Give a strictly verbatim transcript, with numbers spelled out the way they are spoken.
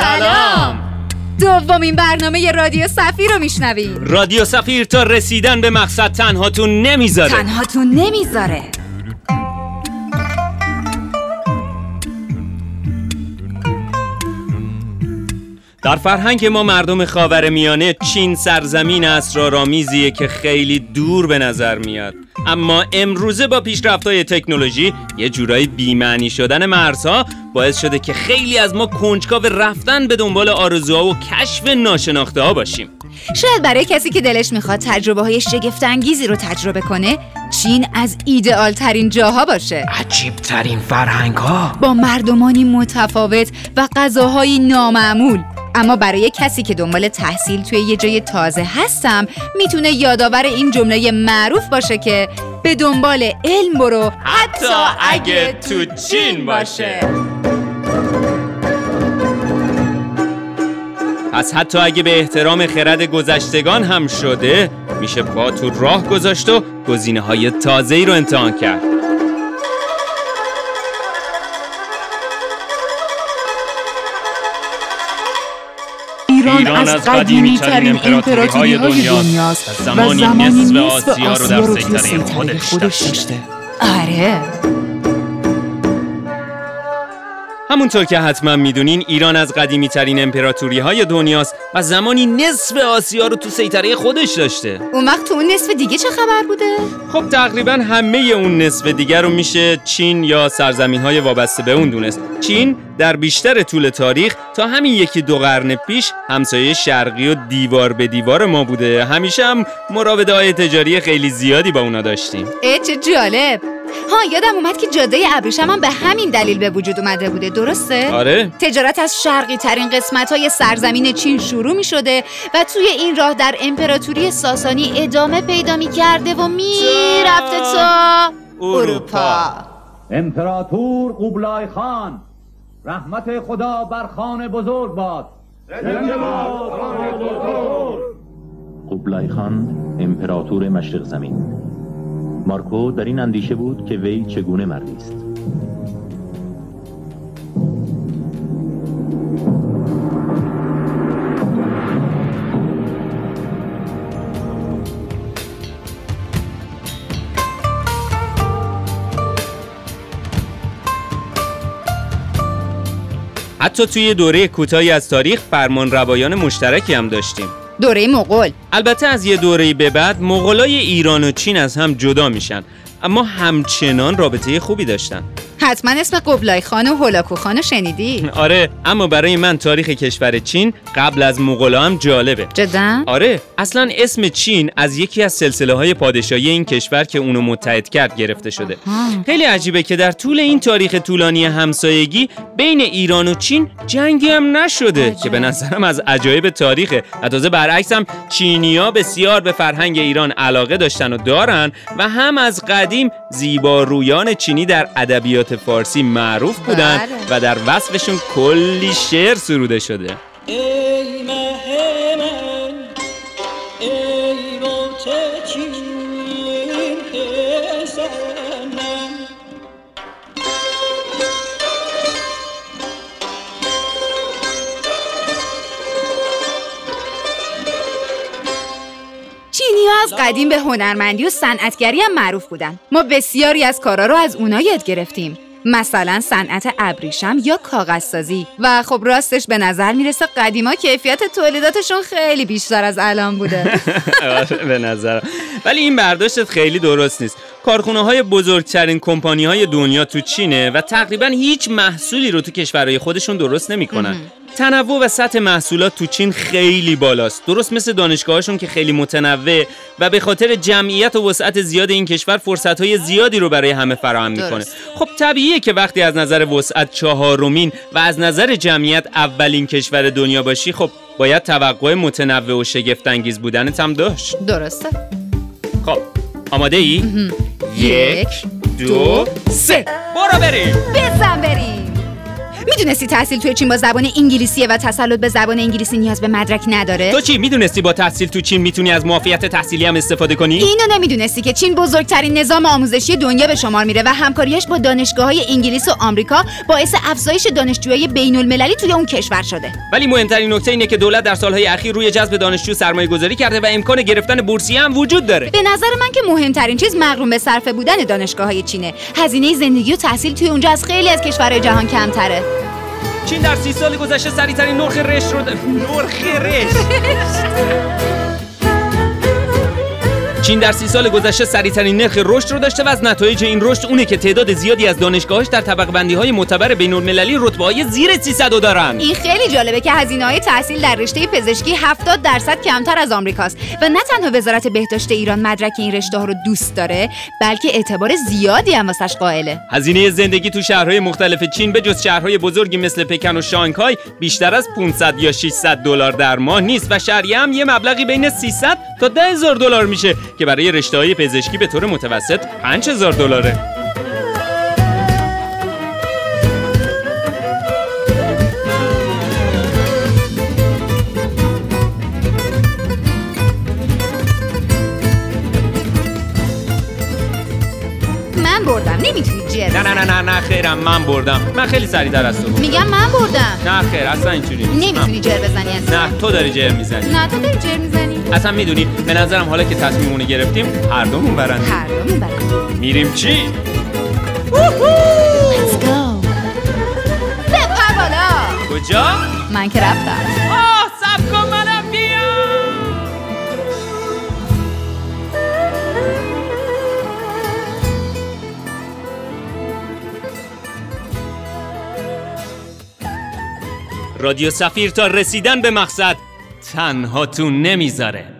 سلام. دومین برنامه رادیو سفیر رو میشنویم. رادیو سفیر تا رسیدن به مقصد تنهاتون نمیذاره. تنهاتون نمیذاره. در فرهنگ ما مردم خاورمیانه چین سرزمین اسرارآمیزیه که خیلی دور به نظر میاد، اما امروزه با پیشرفت‌های تکنولوژی یه جورایی بی‌معنی شدن مرزها باعث شده که خیلی از ما کنجکاو رفتن به دنبال آرزوها و کشف ناشناخته‌ها باشیم. شاید برای کسی که دلش میخواد تجربه‌های شگفت‌انگیزی رو تجربه کنه، چین از ایدئال ترین جاها باشه. عجیب ترین فرهنگ‌ها با مردمانی متفاوت و غذاهایی نامعمول. اما برای کسی که دنبال تحصیل توی یه جای تازه هستم، میتونه یادآور این جمله معروف باشه که به دنبال علم برو حتی اگه تو چین باشه. پس حتی اگه به احترام خرد گذشتگان هم شده، میشه پا تو راه گذاشت و گزینه‌های تازه‌ای رو امتحان کرد. ایران از قدیمی ترین امپراتوری های دنیاست و زمانی نصف آسیا رو در سیطره خودش داشته. آره. همونطور که حتما میدونین، ایران از قدیمی ترین امپراتوری های دنیاست و زمانی نصف آسیا رو تو سیطره خودش داشته. اون وقت تو اون نصف دیگه چه خبر بوده؟ خب تقریبا همه اون نصف دیگه رو میشه چین یا سرزمین های وابسته به اون دونست. چین در بیشتر طول تاریخ تا همین یکی دو قرن پیش همسایه شرقی و دیوار به دیوار ما بوده. همیشه هم مراوده های تجاری خیلی زیادی با اونا داشتیم. ای چه جالب. ها، یادم اومد که جاده ابریشم هم به همین دلیل به وجود اومده بوده، درسته؟ آره. تجارت از شرقی ترین قسمت های سرزمین چین شروع می شده و توی این راه در امپراتوری ساسانی ادامه پیدا می کرده و می رفته تا اروپا. امپراتور قبلای خان، رحمت خدا بر خان بزرگ باد. قبلای خان، امپراتور مشرق زمین. مارکو در این اندیشه بود که وی چگونه مردی است. حتی توی دوره کوتاهی از تاریخ فرمان روایان مشترکی هم داشتیم. دوره مغول. البته از یه دوره‌ای به بعد مغولای ایران و چین از هم جدا میشن، اما همچنان رابطه خوبی داشتن. حتما اسم قبلای خان و هولاکو خان شنیدی؟ آره، اما برای من تاریخ کشور چین قبل از مغولا هم جالبه. جدا؟ آره، اصلا اسم چین از یکی از سلسله‌های پادشاهی این کشور که اونو متحد کرد گرفته شده. آه. خیلی عجیبه که در طول این تاریخ طولانی همسایگی بین ایران و چین جنگی هم نشده عجب. که به نظرم از عجایب تاریخه. تازه برعکس هم چینی‌ها بسیار به فرهنگ ایران علاقه داشتن و دارن و هم از قدیم زیبارویان چینی در ادبیات فارسی معروف بودن بله. و در وصفشون کلی شعر سروده شده. ای مه من، ای بوت چین بزنم. چینی‌ها از قدیم به هنرمندی و صنعتگری هم معروف بودن. ما بسیاری از کارا رو از اونا یاد گرفتیم، مثلا صنعت ابریشم یا کاغذسازی. و خب راستش به نظر میرسه قدیما کیفیت تولیداتشون خیلی بیشتر از الان بوده. به نظر، ولی این برداشت خیلی درست نیست. کارخونه‌های بزرگترین کمپانی‌های دنیا تو چینه و تقریباً هیچ محصولی رو تو کشورهای خودشون درست نمی‌کنن. تنوع و سطح محصولات تو چین خیلی بالاست، درست مثل دانشگاهاشون که خیلی متنوع و به خاطر جمعیت و وسعت زیاد این کشور فرصت‌های زیادی رو برای همه فراهم می‌کنه. خب طبیعیه که وقتی از نظر وسعت چهارمین و از نظر جمعیت اولین کشور دنیا باشی، خب باید توقع متنوع و شگفت‌انگیز بودنت هم داشت. درسته. خب آماده ای؟ یک، دو، سه، برو بریم. بزن بریم. میدونستی تحصیل توی چین با زبان انگلیسیه و تسلط به زبان انگلیسی نیاز به مدرک نداره؟ تو چی میدونستی با تحصیل تو چین میتونی از معافیت تحصیلی هم استفاده کنی؟ اینو نمیدونستی که چین بزرگترین نظام آموزشی دنیا به شمار میره و همکاریش با دانشگاه‌های انگلیس و آمریکا باعث افزایش دانشجویی بین‌المللی توی اون کشور شده. ولی مهمترین نکته اینه که دولت در سالهای اخیر روی جذب دانشجو سرمایه‌گذاری کرده و امکان گرفتن بورسیه هم وجود داره. به نظر من که مهمترین چیز مغروم به صرفه بودن دانشگاه‌های چینه. هزینه زندگی و تحصیل توی اونجا از خیلی از کشورهای جهان کمتره. چین در سی سال گذشته سریع‌ترین نرخ رشد رو د... نرخ رشد چین در سی سال گذشته سریع‌ترین نرخ رشد رو داشته و از نتایج این رشد اونه که تعداد زیادی از دانشگاهاش در طبقه بندی‌های معتبر بین‌المللی رتبه‌های زیر سیصد رو دارن. این خیلی جالبه که هزینه‌های تحصیل در رشته پزشکی هفتاد درصد کمتر از آمریکاست و نه تنها وزارت بهداشت ایران مدرک این رشته‌ها رو دوست داره، بلکه اعتبار زیادی هم واسش قائله. هزینه زندگی تو شهرهای مختلف چین به جز شهرهای بزرگی مثل پکن و شانگهای بیشتر از پانصد یا ششصد دلار در ماه نیست و شهریه هم یه مبلغی بین سیصد تا ده هزار دلار میشه که برای رشته‌های پزشکی به طور متوسط پنج هزار دلاره. من بردم، نمیتونی جر نه نه نه نه نه خیرم، من بردم. من خیلی سریع‌تر از تو بردم. میگم من بردم. نه خیر، اصلا اینجوری نیست. نمیتونی جر بزنی اصلا. نه تو داری جر میزنی. نه تو داری جر میزنی. اصلا میدونی به نظرم حالا که تصمیمونو گرفتیم هر دومون برنده. هر دومون برنده. میریم چی؟ Let's go. بپر بالا. کجا؟ من که رفتم. آه صبر کن منم بیام. رادیو سفیر تا رسیدن به مقصد تنها تو نمیذاره.